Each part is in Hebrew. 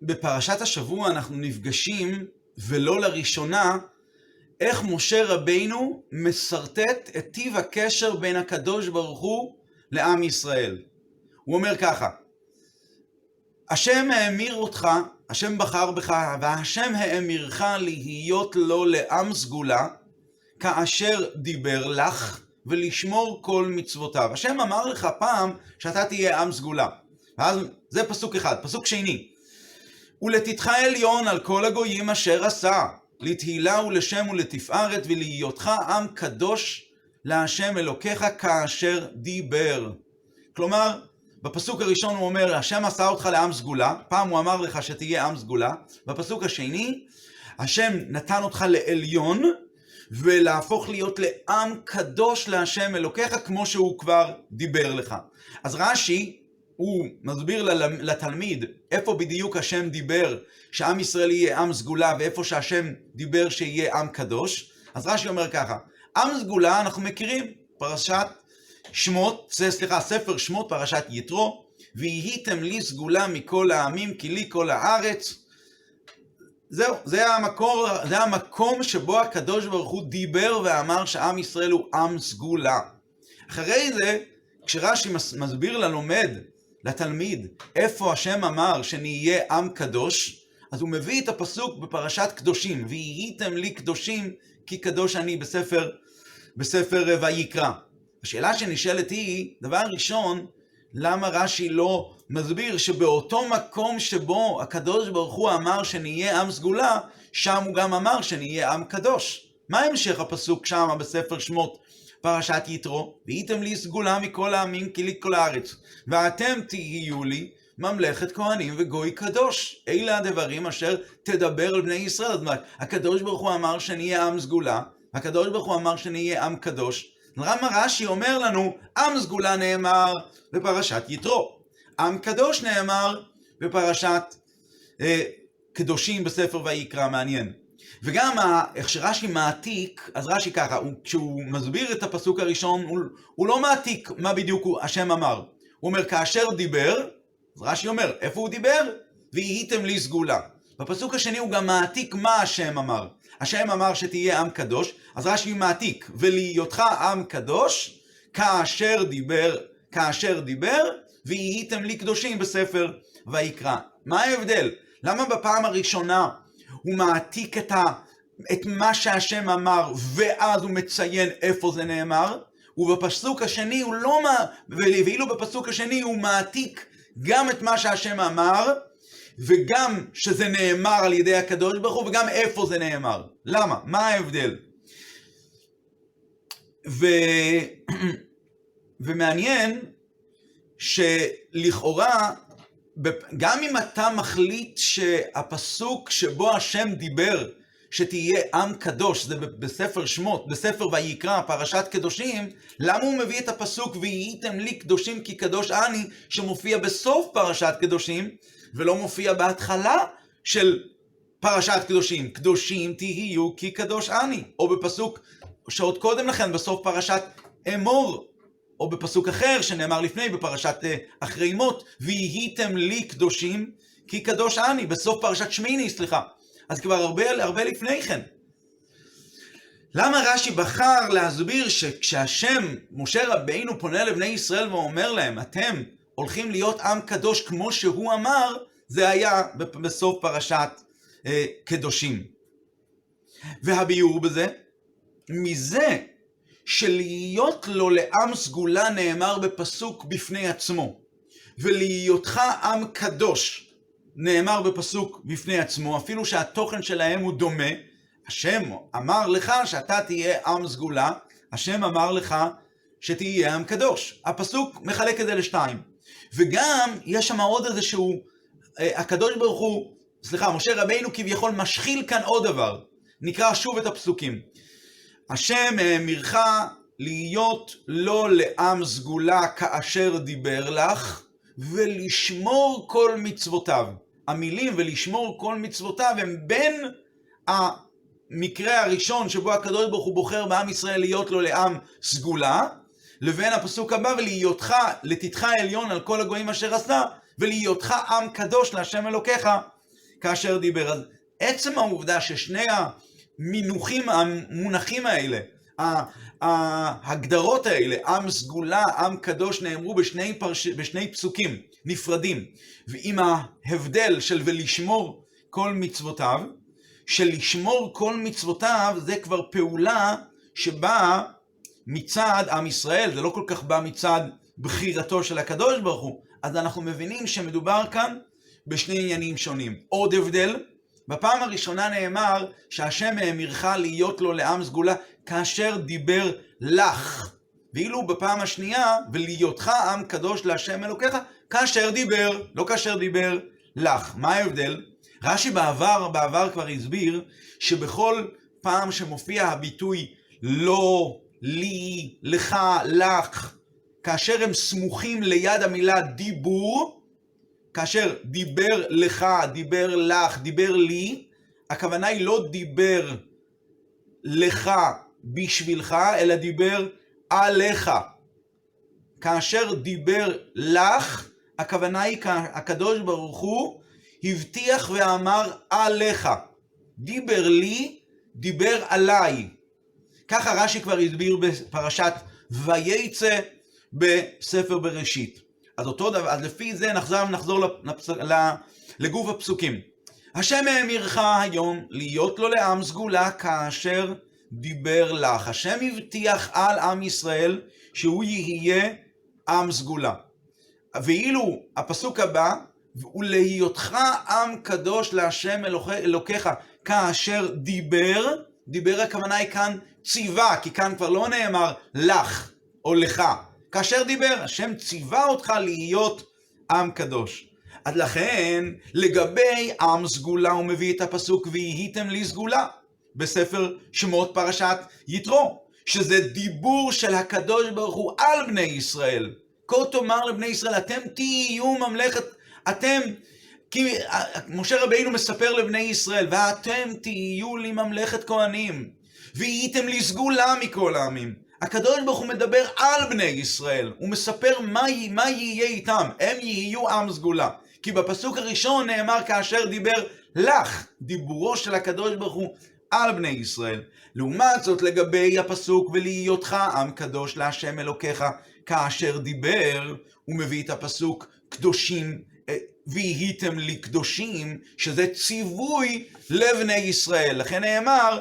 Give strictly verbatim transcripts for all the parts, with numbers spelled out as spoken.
בפרשת השבוע אנחנו נפגשים, ולא לראשונה, איך משה רבינו מסרטט את טיב הקשר בין הקדוש ברוך הוא לעם ישראל. הוא אומר ככה, השם האמיר אותך, השם בחר בך, והשם האמירך להיות לו לעם סגולה, כאשר דיבר לך, ולשמור כל מצוותיו. השם אמר לך פעם שאתה תהיה עם סגולה. ואז זה פסוק אחד. פסוק שני, ולתתך עליון על כל הגויים אשר עשה, לתהילה ולשם ולתפארת, ולהיותך עם קדוש להשם אלוקיך כאשר דיבר. כלומר, בפסוק הראשון הוא אומר, השם עשה אותך לעם סגולה, פעם הוא אמר לך שתהיה עם סגולה. בפסוק השני, השם נתן אותך לעליון, ולהפוך להיות לעם קדוש להשם אלוקיך, כמו שהוא כבר דיבר לך. אז רש"י, הוא מסביר לתלמיד איפה בדיוק השם דיבר שעם ישראל יהיה עם סגולה, ואיפה שהשם דיבר שיהיה עם קדוש. אז רש"י אומר ככה, עם סגולה אנחנו מכירים, פרשת שמות, סליחה, ספר שמות, פרשת יתרו, והייתם לי סגולה מכל העמים, כי לי כל הארץ. זהו, זה המקור, זה המקום שבו הקדוש ברוך הוא דיבר ואמר שעם ישראל הוא עם סגולה. אחרי זה, כשרש"י מסביר ללומד, לתלמיד, איפה השם אמר שנהיה עם קדוש, אז הוא מביא את הפסוק בפרשת קדושים, והייתם לי קדושים כי קדוש אני, בספר, בספר ויקרא. השאלה שנשאלת היא, דבר ראשון, למה רש"י לא מסביר שבאותו מקום שבו הקדוש ברוך הוא אמר שנהיה עם סגולה, שם הוא גם אמר שנהיה עם קדוש? מה המשך הפסוק שם בספר שמות פרשת יתרו? והייתם לי סגולה מכל העמים כי לי כל הארץ, ואתם תהיו לי ממלכת כהנים וגוי קדוש. אלה הדברים אשר תדבר על בני ישראל. זאת אומרת, הקדוש ברוך הוא אמר שנהיה עם סגולה, הקדוש ברוך הוא אמר שנהיה עם קדוש. למה רש"י אומר לנו, עם סגולה נאמר בפרשת יתרו, עם קדוש נאמר בפרשת אה, קדושים בספר ויקרא? מעניין. וגם איך שרש"י מעתיק, אז רש"י ככה, הוא, כשהוא מסביר את הפסוק הראשון, הוא, הוא לא מעתיק מה בדיוק הוא, השם אמר. הוא אומר, כאשר דיבר, אז רש"י אומר, איפה הוא דיבר? והייתם לי סגולה. בפסוק השני הוא גם מעתיק מה השם אמר. השם אמר שתהיה עם קדוש, אז רש"י מעתיק, ולהיותך עם קדוש, כאשר דיבר, כאשר דיבר, והייתם לי קדושים בספר ויקרא. מה ההבדל? למה בפעם הראשונה הוא מעתיק את, ה, את מה שהשם אמר, ואז הוא מציין איפה זה נאמר, ובפסוק השני הוא לא, ואילו בפסוק השני הוא מעתיק גם את מה שהשם אמר, וגם שזה נאמר על ידי הקדוש ברוך הוא, וגם איפה זה נאמר? למה? מה ההבדל? ו... ומעניין שלכאורה, גם אם אתה מחליט שהפסוק שבו השם דיבר שתהיה עם קדוש, זה בספר שמות, בספר ויקרא, פרשת קדושים, למה הוא מביא את הפסוק והייתם לי קדושים כי קדוש אני, שמופיע בסוף פרשת קדושים, ולא מופיע בהתחלה של פרשת קדושים? קדושים תהיו כי קדוש אני. או בפסוק שעוד קודם לכן, בסוף פרשת אמור, או בפסוק אחר שנאמר לפני, בפרשת אחרי מות, והייתם לי קדושים כי קדוש אני, בסוף פרשת שמיני, סליחה. אז כבר הרבה, הרבה לפני כן. למה רש"י בחר להסביר שכשהשם, משה רבינו, פונה לבני ישראל ואומר להם, אתם הולכים להיות עם קדוש כמו שהוא אמר, זה היה בסוף פרשת אה, קדושים. והביאור בזה, מזה שלהיות לו לעם סגולה נאמר בפסוק בפני עצמו, ולהיותך עם קדוש נאמר בפסוק בפני עצמו, אפילו שהתוכן שלהם הוא דומה. השם אמר לך שאתה תהיה עם סגולה, השם אמר לך שתהיה עם קדוש. הפסוק מחלק את זה לשתיים. וגם יש שם עוד איזה שהוא, הקדוש ברוך הוא, סליחה, משה רבינו כביכול משחיל כאן עוד דבר. נקרא שוב את הפסוקים. השם האמירך להיות לא לעם סגולה כאשר דיבר לך, ולשמור כל מצוותיו. המילים ולשמור כל מצוותיו הם בין המקרה הראשון שבו הקדוש ברוך הוא בוחר בעם ישראל להיות לו לעם סגולה, לבין הפסוק הבא, ולהיותך, לתתך עליון על כל הגויים אשר עשה, ולהיותך עם קדוש להשם אלוקיך כאשר דיבר. אז עצם העובדה ששני המינוחים, המונחים האלה, ההגדרות האלה, עם סגולה, עם קדוש, נאמרו בשני, פרש... בשני פסוקים נפרדים, ועם ההבדל של ולשמור כל מצוותיו, של לשמור כל מצוותיו זה כבר פעולה שבאה מצד עם ישראל, זה לא כל כך בא מצד בחירתו של הקדוש ברוך הוא. אז אנחנו מבינים שמדובר כאן בשני עניינים שונים. עוד הבדל, בפעם הראשונה נאמר שהשם האמירך להיות לו לעם סגולה כאשר דיבר לך, ואילו בפעם השנייה ולהיותך עם קדוש להשם אלוקיך כאשר דיבר, לא כאשר דיבר לך. מה ההבדל? רש"י בעבר, בעבר כבר הסביר שבכל פעם שמופיע הביטוי לא, לי, לך, לך, כאשר הם סמוכים ליד המילה דיבור, כאשר דיבר לך, דיבר לך, דיבר לי, הכוונה היא לא דיבר לך בשבילך, אלא דיבר עליך. כאשר דיבר לך, הכוונה היא הקדוש ברוך הוא הבטיח ואמר עליך. דיבר לי, דיבר עליי. ככה רש"י כבר הסביר בפרשת וייצא בספר בראשית. אז אותו דבר, אז לפי זה נחזור, נחזור לפס... לגוף הפסוקים. השם האמירך היום להיות לו לעם סגולה כאשר דיבר לך. השם הבטיח על עם ישראל שהוא יהיה עם סגולה. ואילו הפסוק הבא, ולהיותך עם קדוש להשם אלוקיך כאשר דיבר, דיבר הכוונה היא כאן ציווה, כי כאן כבר לא נאמר לך או לך. כאשר דיבר, השם ציווה אותך להיות עם קדוש. אז לכן, לגבי עם סגולה הוא מביא את הפסוק ויהיתם לי סגולה בספר שמות פרשת יתרו, שזה דיבור של הקדוש ברוך הוא על בני ישראל. כה תאמר לבני ישראל, אתם תהיו ממלכת, אתם, כי משה רבינו מספר לבני ישראל, ואתם תהיו לי ממלכת כהנים, והייתם לי סגולה מכל העמים. הקדוש ברוך הוא מדבר על בני ישראל, הוא מספר מה, מה יהיה איתם, הם יהיו עם סגולה. כי בפסוק הראשון נאמר כאשר דיבר לך, דיבורו של הקדוש ברוך הוא על בני ישראל. לעומת זאת לגבי הפסוק ולהיותך עם קדוש להשם אלוקיך כאשר דיבר, הוא מביא את הפסוק קדושים והייתם לי קדושים, שזה ציווי לבני ישראל. לכן נאמר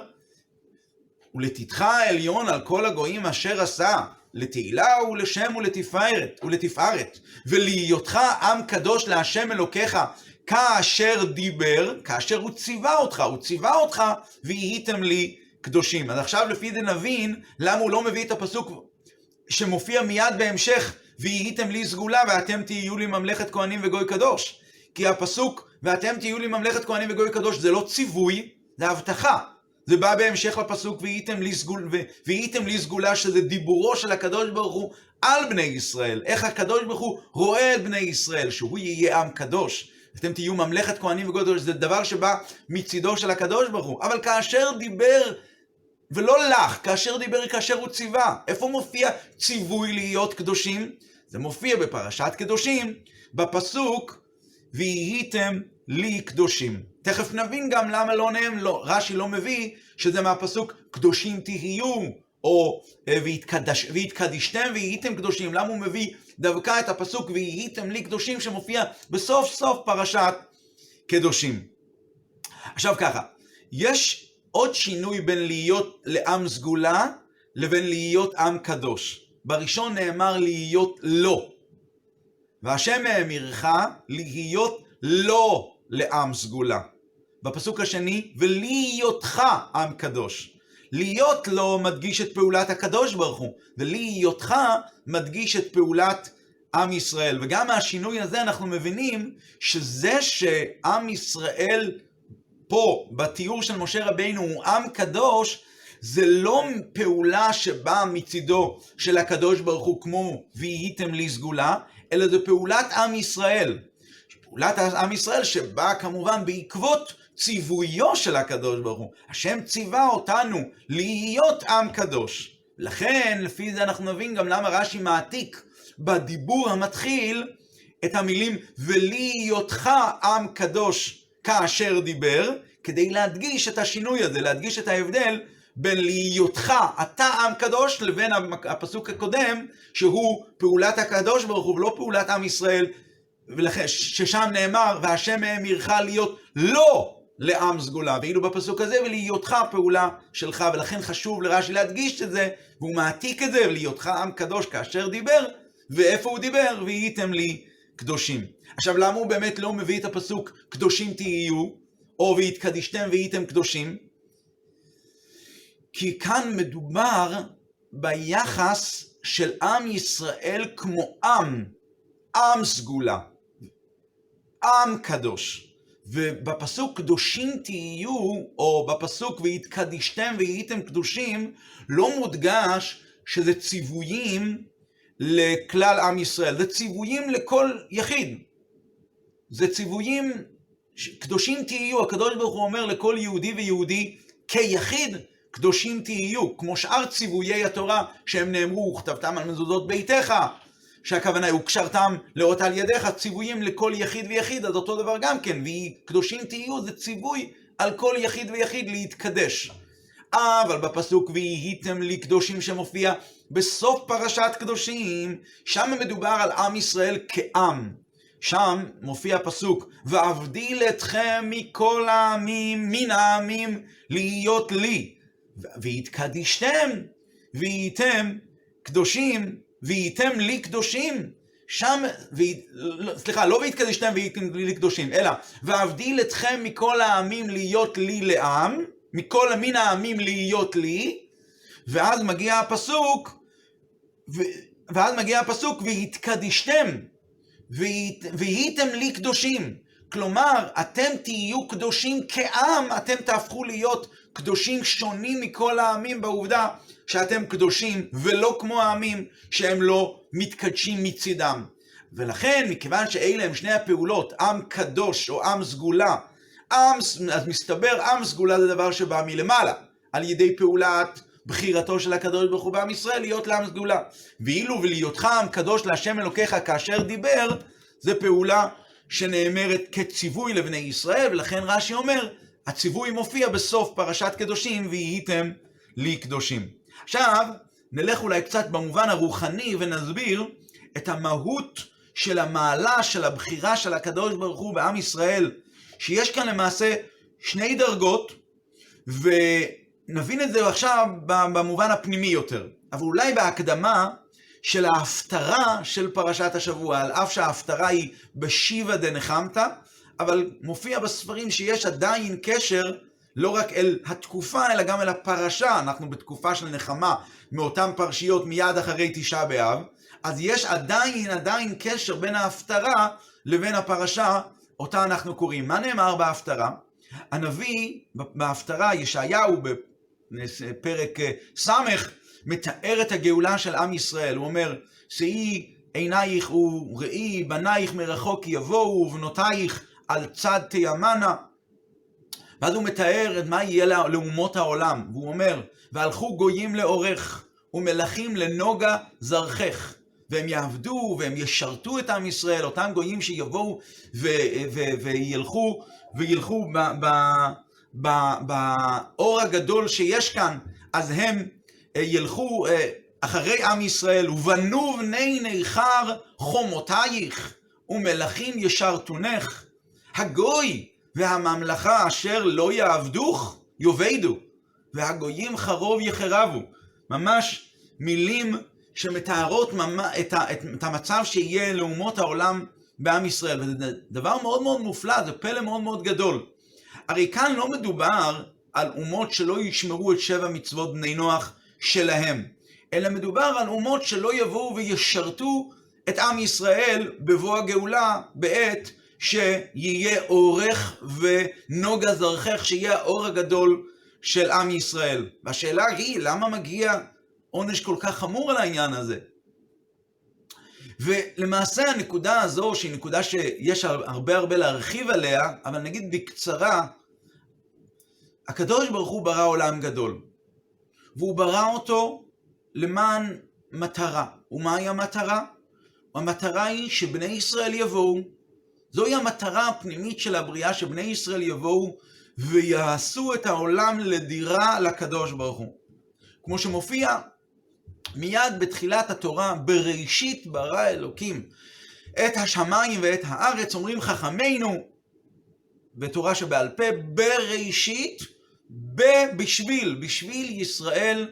ולתתך העליון על כל הגויים אשר עשה, לתהילה ולשם ולתפארת, ולתפארת, ולהיותך עם קדוש להשם אלוקיך כאשר דיבר, כאשר הוא ציווה אותך, הוא ציווה אותך והייתם לי קדושים. אז עכשיו לפי זה נבין למה הוא לא מביא את הפסוק שמופיע מיד בהמשך, והייתם לי סגולה ואתם תהיו לי ממלכת כהנים וגוי קדוש. כי הפסוק ואתם תהיו לי ממלכת כהנים וגוי קדוש זה לא ציווי, זה הבטחה. זה בא בהמשך לפסוק והייתם לי סגול, והייתם לי סגולה, שזה דיבורו של הקדוש ברוך הוא על בני ישראל. איך הקדוש ברוך הוא רואה את בני ישראל, שהוא יהיה עם קדוש. אתם תהיו ממלכת כהנים וגוי קדוש, זה דבר שבא מצידו של הקדוש ברוך הוא. אבל כאשר דיבר, ולא לך, כאשר דיבר כאשר הוא ציווה. איפה מופיע ציווי להיות קדושים? זה מופיע בפרשת קדושים, בפסוק והייתם לי קדושים. תכף נבין גם למה לא נהם, לא, רש"י לא מביא שזה מהפסוק קדושים תהיו, או והתקדש, והתקדישתם והייתם קדושים. למה הוא מביא דווקא את הפסוק והייתם לי קדושים שמופיע בסוף סוף פרשת קדושים? עכשיו ככה, יש עוד שינוי בין להיות לעם סגולה לבין להיות עם קדוש. בראשון נאמר להיות לא, והשם האמירך להיות לא לעם סגולה. בפסוק השני, ולהיותך עם קדוש. להיות לא מדגיש את פעולת הקדוש ברוך הוא, ולהיותך מדגיש את פעולת עם ישראל. וגם מהשינוי הזה אנחנו מבינים שזה שעם ישראל פה בתיאור של משה רבינו הוא עם קדוש, זה לא פעולה שבאה מצידו של הקדוש ברוך הוא כמו והייתם לי סגולה, אלא זה פעולת עם ישראל. פעולת עם ישראל שבאה כמובן בעקבות ציוויו של הקדוש ברוך הוא. השם ציווה אותנו להיות עם קדוש. לכן לפי זה אנחנו נבין גם למה רש"י מעתיק בדיבור המתחיל את המילים ולהיותך עם קדוש כאשר דיבר, כדי להדגיש את השינוי הזה, להדגיש את ההבדל בין להיותך אתה עם קדוש לבין הפסוק הקודם, שהוא פעולת הקדוש ברוך הוא ולא פעולת עם ישראל, ששם נאמר, והשם האמירך להיות לא לעם סגולה, ואילו בפסוק הזה ולהיותך פעולה שלך, ולכן חשוב לרש"י להדגיש את זה, והוא מעתיק את זה, ולהיותך עם קדוש כאשר דיבר, ואיפה הוא דיבר? והייתם לי קדושים. עכשיו, למה הוא באמת לא מביא את הפסוק קדושים תהיו, או והתקדישתם והייתם קדושים? כי כאן מדובר ביחס של עם ישראל כמו עם, עם סגולה, עם קדוש. ובפסוק קדושים תהיו, או בפסוק והתקדישתם והייתם קדושים, לא מודגש שזה ציוויים לכלל עם ישראל, זה ציוויים לכל יחיד. זה ציוויים, קדושים תהיו, הקדוש ברוך הוא אומר לכל יהודי ויהודי כיחיד, קדושים תהיו, כמו שאר ציוויי התורה שהם נאמרו, וכתבתם על מזוזות ביתך, שהכוונה היא, וקשרתם לאות על ידיך, ציוויים לכל יחיד ויחיד, אז אותו דבר גם כן, וקדושים תהיו זה ציווי על כל יחיד ויחיד להתקדש. אבל בפסוק והייתם לי קדושים שמופיע בסוף פרשת קדושים, שם מדובר על עם ישראל כעם. שם מופיע פסוק, ואבדיל אתכם מכל העמים, מן העמים, להיות לי. והתקדישתם, והייתם קדושים, והייתם לי קדושים. שם, ו... סליחה, לא והתקדישתם והייתם לי קדושים, אלא, ואבדיל אתכם מכל העמים להיות לי לעם, מכל מן העמים להיות לי, ואז מגיע הפסוק, ו... ואז מגיע הפסוק, והתקדישתם, והייתם לי קדושים. כלומר, אתם תהיו קדושים כעם, אתם תהפכו להיות קדושים שונים מכל העמים בעובדה שאתם קדושים, ולא כמו העמים שהם לא מתקדשים מצידם. ולכן, מכיוון שאלה הם שני הפעולות, עם קדוש או עם סגולה, עם, אז מסתבר, עם סגולה זה דבר שבא מלמעלה, על ידי פעולת בחירתו של הקדוש ברוך הוא בעם ישראל להיות לעם סגולה. ואילו ולהיותך עם קדוש להשם אלוקיך כאשר דיבר, זה פעולה שנאמרת כציווי לבני ישראל, ולכן רש"י אומר, הציווי מופיע בסוף פרשת קדושים, והייתם לי קדושים. עכשיו, נלך אולי קצת במובן הרוחני ונסביר את המהות של המעלה, של הבחירה של הקדוש ברוך הוא בעם ישראל, שיש כאן למעשה שני דרגות, ונבין את זה עכשיו במובן הפנימי יותר. אבל אולי בהקדמה של ההפטרה של פרשת השבוע, על אף שההפטרה היא בשיבה דנחמתא, אבל מופיע בספרים שיש עדיין קשר לא רק אל התקופה, אלא גם אל הפרשה. אנחנו בתקופה של נחמה מאותן פרשיות מיד אחרי תשעה באב, אז יש עדיין, עדיין קשר בין ההפטרה לבין הפרשה, אותה אנחנו קוראים. מה נאמר בהפטרה? הנביא בהפטרה, ישעיהו בפרק סמך, מתאר את הגאולה של עם ישראל. הוא אומר, שאי עינייך וראי בנייך מרחוק יבואו, ובנותייך על צד תימנה. ואז הוא מתאר את מה יהיה לאומות העולם, והוא אומר, והלכו גויים לאורך, ומלכים לנוגה זרחך, והם יעבדו והם ישרתו את עם ישראל, אותם גויים שיבואו ו- ו- וילכו, וילכו ב- ב- ב- באור הגדול שיש כאן, אז הם ילכו אחרי עם ישראל, ובנו בני ניכר חומותייך, ומלכים ישרתונך, הגוי והממלכה אשר לא יעבדוך יאבדו, והגויים חרוב יחרבו. ממש מילים שמתארות את המצב שיהיה לאומות העולם בעם ישראל, וזה דבר מאוד מאוד מופלא, זה פלא מאוד מאוד גדול. הרי כאן לא מדובר על אומות שלא ישמרו את שבע מצוות בני נוח שלהם, אלא מדובר על אומות שלא יבואו וישרתו את עם ישראל בבוא הגאולה, בעת שיהיה אורך ונוגה זרחך, שיהיה האור הגדול של עם ישראל. והשאלה היא, למה מגיע עונש כל כך חמור על העניין הזה? ולמעשה הנקודה הזו, שהיא נקודה שיש הרבה הרבה להרחיב עליה, אבל נגיד בקצרה, הקדוש ברוך הוא ברא עולם גדול, והוא ברא אותו למען מטרה. ומהי המטרה? המטרה היא שבני ישראל יבואו זוהי המטרה הפנימית של הבריאה, שבני ישראל יבואו ויעשו את העולם לדירה לקדוש ברוך הוא. כמו שמופיע מיד בתחילת התורה, בראשית ברא אלוקים את השמיים ואת הארץ, אומרים חכמינו בתורה שבעל פה, בראשית, בשביל, בשביל ישראל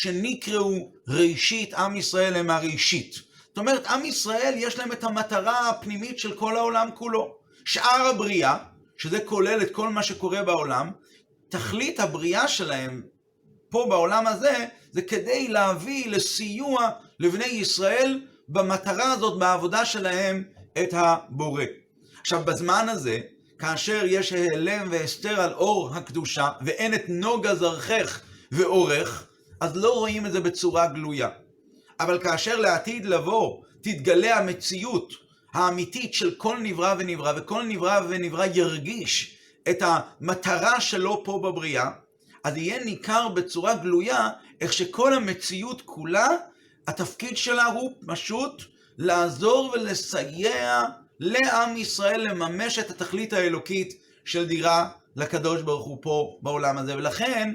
שנקראו ראשית, עם ישראל הם הראשית. זאת אומרת, עם ישראל יש להם את המטרה הפנימית של כל העולם כולו. שאר הבריאה, שזה כולל את כל מה שקורה בעולם, תכלית הבריאה שלהם פה בעולם הזה, זה כדי להביא לסיוע לבני ישראל במטרה הזאת, בעבודה שלהם את הבורא. עכשיו, בזמן הזה, כאשר יש העלם והסתר על אור הקדושה, ואין את נוגה זרחך ואורך, אז לא רואים את זה בצורה גלויה. אבל כאשר לעתיד לבוא תתגלה המציאות האמיתית של כל נברא ונברא, וכל נברא ונברא ירגיש את המטרה שלו פה בבריאה, אז יהיה ניכר בצורה גלויה איך שכל המציאות כולה, התפקיד שלה הוא פשוט לעזור ולסייע לעם ישראל לממש את התכלית האלוקית של דירה לקדוש ברוך הוא פה בעולם הזה. ולכן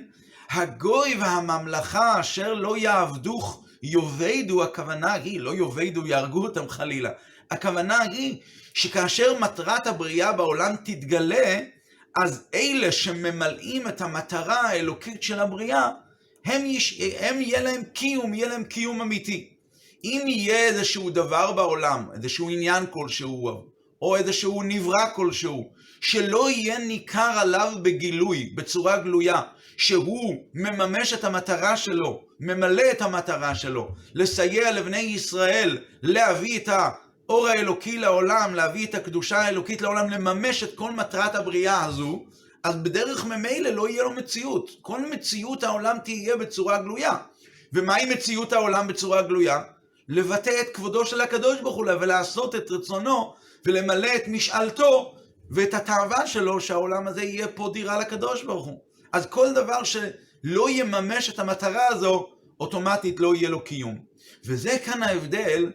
הגוי והממלכה אשר לא יעבדוך יובדו, הכוונה היא, לא יובדו יהרגו אותם חלילה, הכוונה היא שכאשר מטרת הבריאה בעולם תתגלה, אז אלה שממלאים את המטרה האלוקית של הבריאה, הם, יש, הם יהיה להם קיום, יהיה להם קיום אמיתי. אם יהיה איזשהו דבר בעולם, איזשהו עניין כלשהו, או איזשהו נברא כלשהו, שלא יהיה ניכר עליו בגילוי, בצורה גלויה, שהוא מממש את המטרה שלו, ממלא את המטרה שלו, לסייע לבני ישראל, להביא את האור האלוקי לעולם, להביא את הקדושה האלוקית לעולם, לממש את כל מטרת הבריאה הזו, אז בדרך ממילא לא יהיה לו מציאות. כל מציאות העולם תהיה בצורה גלויה. ומהי מציאות העולם בצורה גלויה? לבטא את כבודו של הקדוש ברוך הוא, ולעשות את רצונו, ולמלא את משאלתו, ואת התאווה שלו, שהעולם הזה יהיה פה דירה לקדוש ברוך הוא. אז כל דבר שלא יממש את המטרה הזו, אוטומטית לא יהיה לו קיום. וזה כאן ההבדל,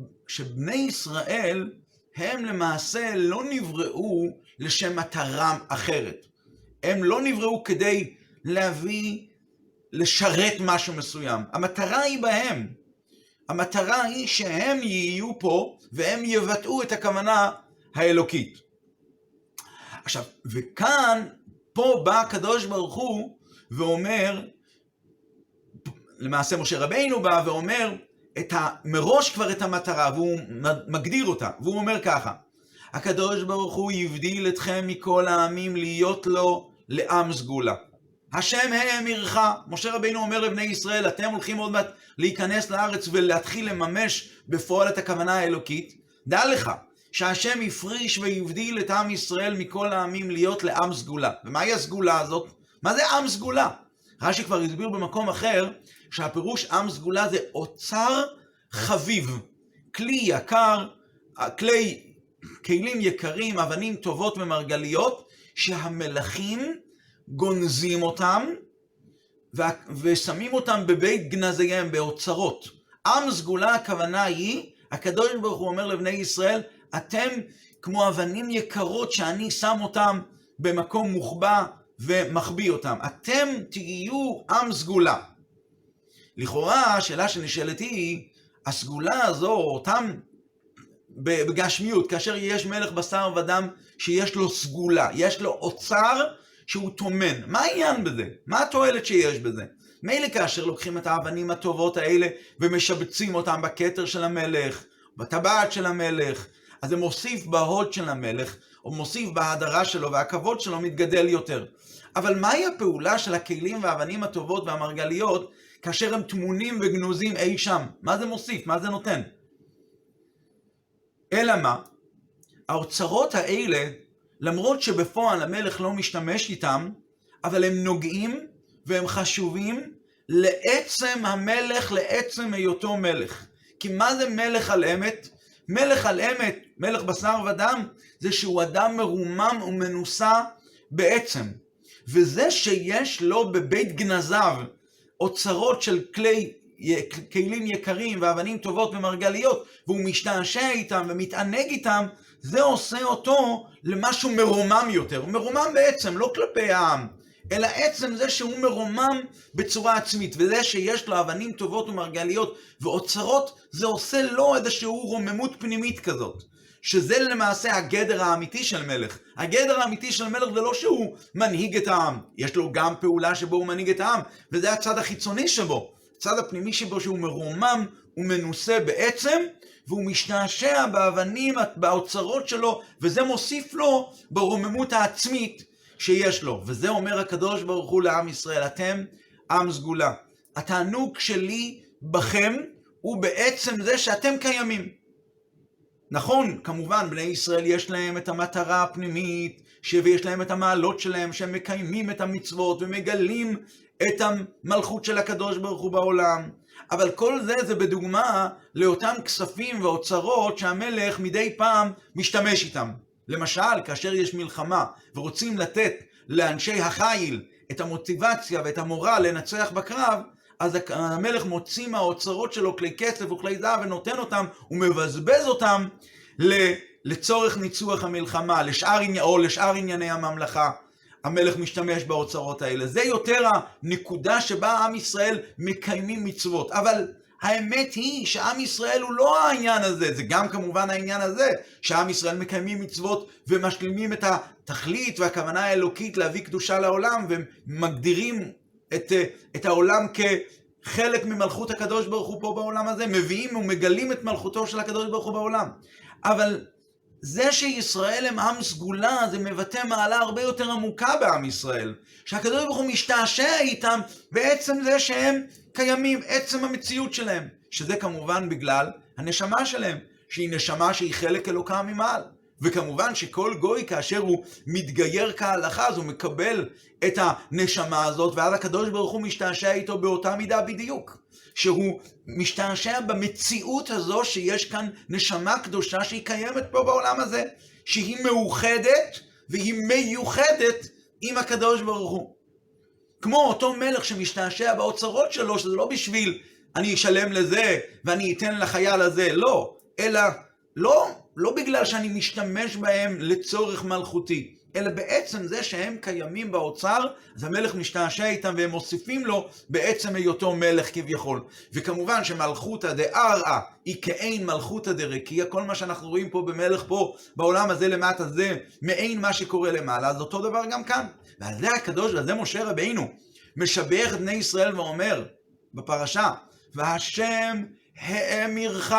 שבני ישראל הם למעשה לא נבראו לשם מטרה אחרת. הם לא נבראו כדי להביא, לשרת משהו מסוים. המטרה היא בהם. המטרה היא שהם יהיו פה והם יבטאו את הכוונה האלוקית. עכשיו, וכאן, פה בא הקדוש ברוך הוא ואומר, למעשה משה רבינו בא ואומר, את ה, מראש כבר את המטרה, והוא מגדיר אותה, והוא אומר ככה, הקדוש ברוך הוא יבדיל אתכם מכל העמים להיות לו לעם סגולה. השם האמירך, משה רבינו אומר לבני ישראל, אתם הולכים עוד מעט להיכנס לארץ ולהתחיל לממש בפועל את הכוונה האלוקית, דע לך שהשם יפריש ויבדיל את עם ישראל מכל העמים להיות לעם סגולה. ומהי הסגולה הזאת? מה זה עם סגולה? רש"י כבר הסביר במקום אחר, שהפירוש עם סגולה זה אוצר חביב, כלי יקר, כלי, כלים יקרים, אבנים טובות ומרגליות, שהמלכים גונזים אותם, ושמים אותם בבית גנזיהם, באוצרות. עם סגולה הכוונה היא, הקדוש ברוך הוא אומר לבני ישראל, אתם כמו אבנים יקרות שאני שם אותם במקום מוחבא ומחביא אותם. אתם תהיו עם סגולה. לכאורה, השאלה שנשאלת היא, הסגולה הזו, אותם בגשמיות, כאשר יש מלך בשר ודם שיש לו סגולה, יש לו אוצר שהוא תומן. מה העניין בזה? מה התועלת שיש בזה? מילא כאשר לוקחים את האבנים הטובות האלה ומשבצים אותם בכתר של המלך, בטבעת של המלך, אז זה מוסיף בהוד של המלך, או מוסיף בהדרה שלו, והכבוד שלו מתגדל יותר. אבל מהי הפעולה של הכלים והאבנים הטובות והמרגליות, כאשר הם תמונים וגנוזים אי שם? מה זה מוסיף? מה זה נותן? אלא מה? האוצרות האלה, למרות שבפועל המלך לא משתמש איתם, אבל הם נוגעים והם חשובים לעצם המלך, לעצם היותו מלך. כי מה זה מלך על אמת? מלך על אמת, מלך בשר ודם, זה שהוא אדם מרומם ומנוסה בעצם. וזה שיש לו בבית גנזיו אוצרות של כלי, כלים יקרים ואבנים טובות ומרגליות, והוא משתעשע איתם ומתענג איתם, זה עושה אותו למשהו מרומם יותר. הוא מרומם בעצם, לא כלפי העם, אלא עצם זה שהוא מרומם בצורה עצמית, וזה שיש לו אבנים טובות ומרגליות ואוצרות, זה עושה לו איזשהו רוממות פנימית כזאת. שזה למעשה הגדר האמיתי של מלך. הגדר האמיתי של מלך זה לא שהוא מנהיג את העם, יש לו גם פעולה שבו הוא מנהיג את העם, וזה הצד החיצוני שבו. הצד הפנימי שבו שהוא מרומם ומנוסה בעצם, והוא משתעשע באבנים, באוצרות שלו, וזה מוסיף לו ברוממות העצמית שיש לו. וזה אומר הקדוש ברוך הוא לעם ישראל, אתם עם סגולה. התענוג שלי בכם הוא בעצם זה שאתם קיימים. נכון, כמובן, בני ישראל יש להם את המטרה הפנימית, ויש להם את המעלות שלהם, שהם מקיימים את המצוות ומגלים את המלכות של הקדוש ברוך הוא בעולם. אבל כל זה זה בדוגמה לאותם כספים ואוצרות שהמלך מדי פעם משתמש איתם. למשל, כאשר יש מלחמה ורוצים לתת לאנשי החיל את המוטיבציה ואת המורל לנצח בקרב, אז המלך מוציא מהאוצרות שלו כלי כסף וכלי זהב ונותן אותם ומבזבז אותם לצורך ניצוח המלחמה, לשאר, או לשאר ענייני הממלכה. המלך משתמש באוצרות האלה. זה יותר הנקודה שבה עם ישראל מקיימים מצוות. אבל האמת היא שעם ישראל הוא לא העניין הזה. זה גם כמובן העניין הזה, שעם ישראל מקיימים מצוות ומשלימים את התכלית והכוונה האלוקית להביא קדושה לעולם, ומגדירים את, את העולם כחלק ממלכות הקדוש ברוך הוא פה בעולם הזה, מביאים ומגלים את מלכותו של הקדוש ברוך הוא בעולם. אבל זה שישראל הם עם סגולה, זה מבטא מעלה הרבה יותר עמוקה בעם ישראל. שהקדוש ברוך הוא משתעשע איתם בעצם זה שהם קיימים, עצם המציאות שלהם. שזה כמובן בגלל הנשמה שלהם, שהיא נשמה שהיא חלק אלוקה ממעל. וכמובן שכל גוי כאשר הוא מתגייר כהלכה, אז הוא מקבל את הנשמה הזאת, ואז הקדוש ברוך הוא משתעשע איתו באותה מידה בדיוק. שהוא משתעשע במציאות הזו שיש כאן נשמה קדושה שהיא קיימת פה בעולם הזה, שהיא מאוחדת והיא מיוחדת עם הקדוש ברוך הוא. כמו אותו מלך שמשתעשע באוצרות שלו, שזה לא בשביל אני אשלם לזה ואני אתן לחייל הזה, לא, אלא לא, לא בגלל שאני משתמש בהם לצורך מלכותי, אלא בעצם זה שהם קיימים באוצר, אז המלך משתעשע איתם והם מוסיפים לו בעצם היותו מלך כביכול. וכמובן שמלכותא דארעא היא כאין מלכותא דרקיע, כל מה שאנחנו רואים פה במלך פה בעולם הזה למטה זה מעין מה שקורה למעלה, אז אותו דבר גם כאן. ועל זה הקדוש, ועל זה משה רבינו משבח את בני ישראל ואומר בפרשה, והשם האמירך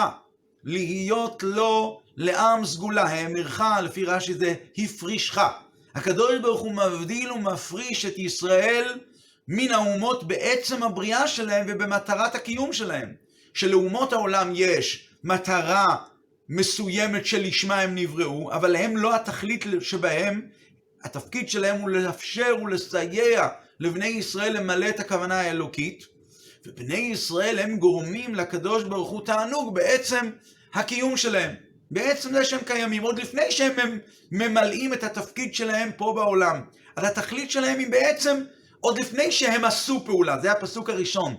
להיות לו לעם סגולה. האמירך, לפי רש"י זה הפרישך. הקדוש ברוך הוא מבדיל ומפריש את ישראל מן האומות בעצם הבריאה שלהם ובמטרת הקיום שלהם. שלאומות העולם יש מטרה מסוימת שלשמה הם נבראו, אבל הם לא התכלית שבהם. התפקיד שלהם הוא לאפשר ולסייע לבני ישראל למלא את הכוונה האלוקית, ובני ישראל הם גורמים לקדוש ברוך הוא תענוג בעצם הקיום שלהם. בעצם זה שהם קיימים, עוד לפני שהם ממלאים את התפקיד שלהם פה בעולם. אז התכלית שלהם היא בעצם עוד לפני שהם עשו פעולה. זה הפסוק הראשון,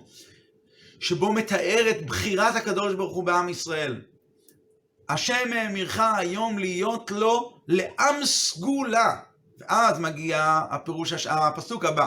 שבו מתאר את בחירת הקדוש ברוך הוא בעם ישראל. השם האמירך היום להיות לו לעם סגולה. ואז מגיע הפירוש, הפסוק הבא.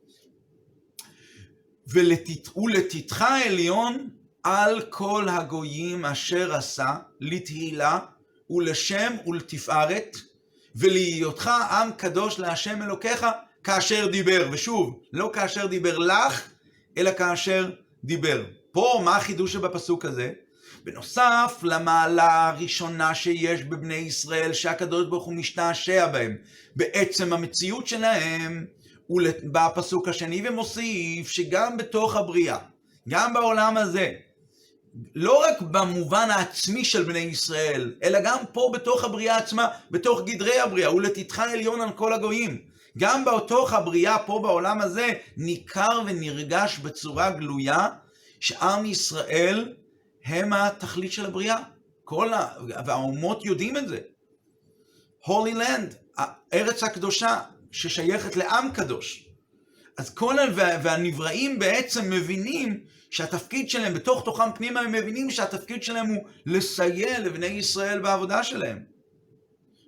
ולתתך עליון על כל הגויים אשר עשה לתהילה ולשם ולתפארת, ולהיותך עם קדוש להשם אלוקיך כאשר דיבר. ושוב, לא כאשר דיבר לך, אלא כאשר דיבר. פה מה החידוש בפסוק הזה? בנוסף למעלה הראשונה שיש בבני ישראל, שהקדוש ברוך הוא משתעשע בהם בעצם המציאות שלהם, ובפסוק השני ומוסיף שגם בתוך הבריאה, גם בעולם הזה, לא רק במובן העצמי של בני ישראל, אלא גם פה בתוך הבריאה עצמה, בתוך גדרי הבריאה, ולתתך עליון על כל הגויים. גם בתוך הבריאה פה בעולם הזה ניכר ונרגש בצורה גלויה שעם ישראל הם התכלית של הבריאה. כל ה... והאומות יודעים את זה. Holy Land, הארץ הקדושה ששייכת לעם קדוש. אז כל ה... והנבראים בעצם מבינים שהתפקיד שלהם, בתוך תוכם פנימה הם מבינים שהתפקיד שלהם הוא לסייע לבני ישראל בעבודה שלהם.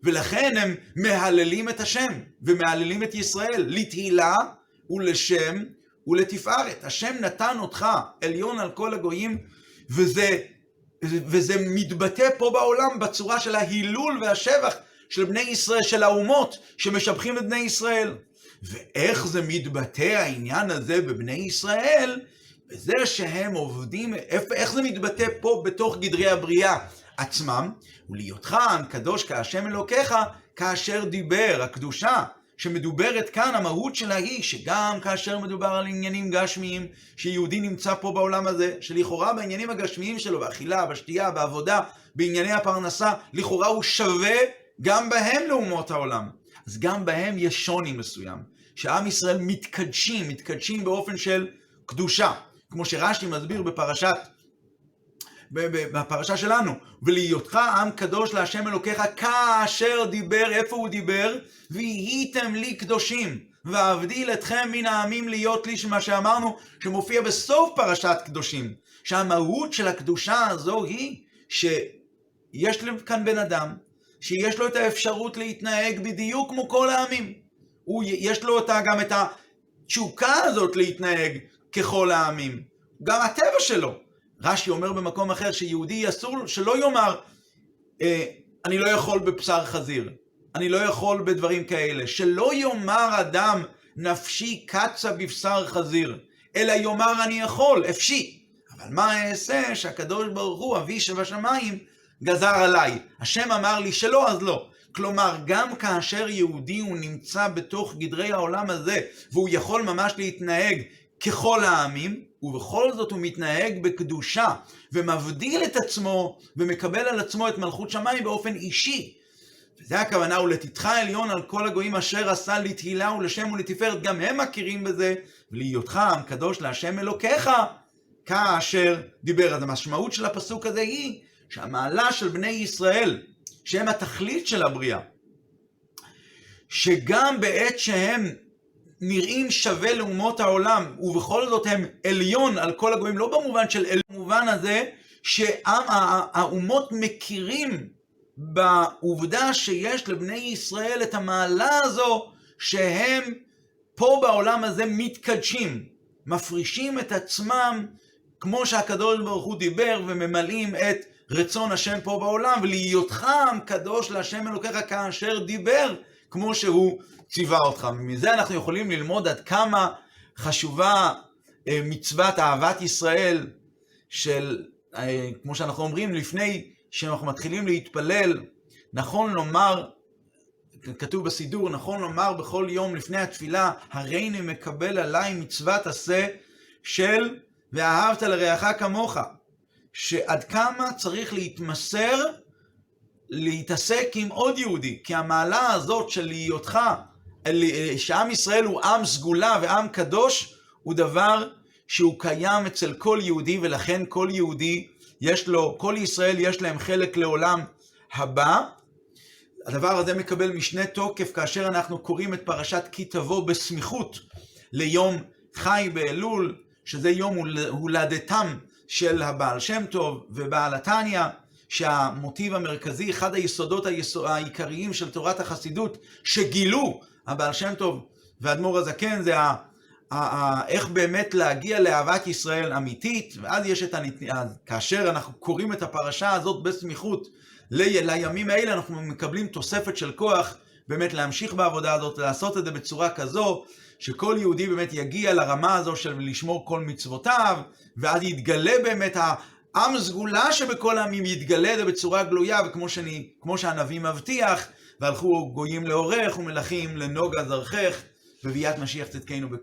ולכן הם מהללים את השם, ומהללים את ישראל, לתהילה ולשם ולתפארת. השם נתן אותך עליון על כל הגויים, וזה, וזה מתבטא פה בעולם בצורה של ההילול והשבח של בני ישראל, של האומות שמשבחים את בני ישראל. ואיך זה מתבטא העניין הזה בבני ישראל? בזה שהם עובדים, איך זה מתבטא פה בתוך גדרי הבריאה עצמם? ולהיותך עם קדוש כהשם אלוקיך, כאשר דיבר. הקדושה שמדוברת כאן, המהות שלה היא שגם כאשר מדובר על עניינים גשמיים, שיהודי נמצא פה בעולם הזה, שלכאורה בעניינים הגשמיים שלו, באכילה, בשתייה, בעבודה, בענייני הפרנסה, לכאורה הוא שווה גם בהם לאומות העולם. אז גם בהם יש שוני מסוים, שעם ישראל מתקדשים, מתקדשים באופן של קדושה. כמו שרש"י מסביר בפרשת, בפרשה שלנו, ולהיותך עם קדוש להשם אלוקיך, כאשר דיבר, איפה הוא דיבר? והייתם לי קדושים, ואבדיל אתכם מן העמים להיות לי, שמה שאמרנו, שמופיע בסוף פרשת קדושים, שהמהות של הקדושה הזו היא, שיש כאן בן אדם, שיש לו את האפשרות להתנהג בדיוק כמו כל העמים. הוא, יש לו אותה, גם את התשוקה הזאת להתנהג ככל העמים. גם הטבע שלו. רש"י אומר במקום אחר שיהודי אסור שלא יאמר, אה, אני לא יכול בבשר חזיר, אני לא יכול בדברים כאלה. שלא יאמר אדם נפשי קצה בבשר חזיר, אלא יאמר אני יכול, אפשי. אבל מה אעשה שהקדוש ברוך הוא, אבי שבשמיים, גזר עליי. השם אמר לי שלא, אז לא. כלומר, גם כאשר יהודי הוא נמצא בתוך גדרי העולם הזה, והוא יכול ממש להתנהג ככל העמים, ובכל זאת הוא מתנהג בקדושה, ומבדיל את עצמו, ומקבל על עצמו את מלכות שמיים באופן אישי. וזה הכוונה, ולתתך עליון על כל הגויים אשר עשה לתהילה ולשם ולתפארת, גם הם מכירים בזה, ולהיותך עם קדוש להשם אלוקיך, כאשר דיבר. אז המשמעות של הפסוק הזה היא, שהמעלה של בני ישראל, שהם התכלית של הבריאה, שגם בעת שהם נראים שווה לאומות העולם, ובכל זאת הם עליון על כל הגויים, לא במובן של עליון, במובן הזה שהאומות מכירים בעובדה שיש לבני ישראל את המעלה הזו, שהם פה בעולם הזה מתקדשים, מפרישים את עצמם, כמו שהקדוש ברוך הוא דיבר, וממלאים את רצון השם פה בעולם, ולהיותך עם קדוש להשם אלוקיך כאשר דיבר, כמו שהוא ציווה אותך. מזה אנחנו יכולים ללמוד עד כמה חשובה מצוות אהבת ישראל, של, כמו שאנחנו אומרים, לפני שאנחנו מתחילים להתפלל, נכון לומר, כתוב בסידור, נכון לומר בכל יום לפני התפילה, הריני מקבל עליי מצוות עשה של ואהבת לרעך כמוך. שעד כמה צריך להתמסר, להתעסק עם עוד יהודי, כי המעלה הזאת של להיותך, שעם ישראל הוא עם סגולה ועם קדוש, הוא דבר שהוא קיים אצל כל יהודי, ולכן כל יהודי יש לו, כל ישראל יש להם חלק לעולם הבא. הדבר הזה מקבל משנה תוקף כאשר אנחנו קוראים את פרשת כי תבוא בסמיכות ליום חי באלול, שזה יום הולדתם של הבעל שם טוב ובעל התניא, שהמוטיב המרכזי, אחד היסודות העיקריים של תורת החסידות, שגילו הבעל שם טוב והאדמו"ר הזקן, זה ה, ה, ה, איך באמת להגיע לאהבת ישראל אמיתית. ואז יש את הנת... כאשר אנחנו קוראים את הפרשה הזאת בסמיכות ל... לימים האלה, אנחנו מקבלים תוספת של כוח באמת להמשיך בעבודה הזאת, לעשות את זה בצורה כזו, שכל יהודי באמת יגיע לרמה הזו של לשמור כל מצוותיו, ואז יתגלה באמת העם סגולה שבכל העמים, יתגלה זה בצורה גלויה, וכמו שאני, כמו שהנביא מבטיח, והלכו גויים לאורך ומלכים לנוגה זרחך, בביאת משיח צדקנו.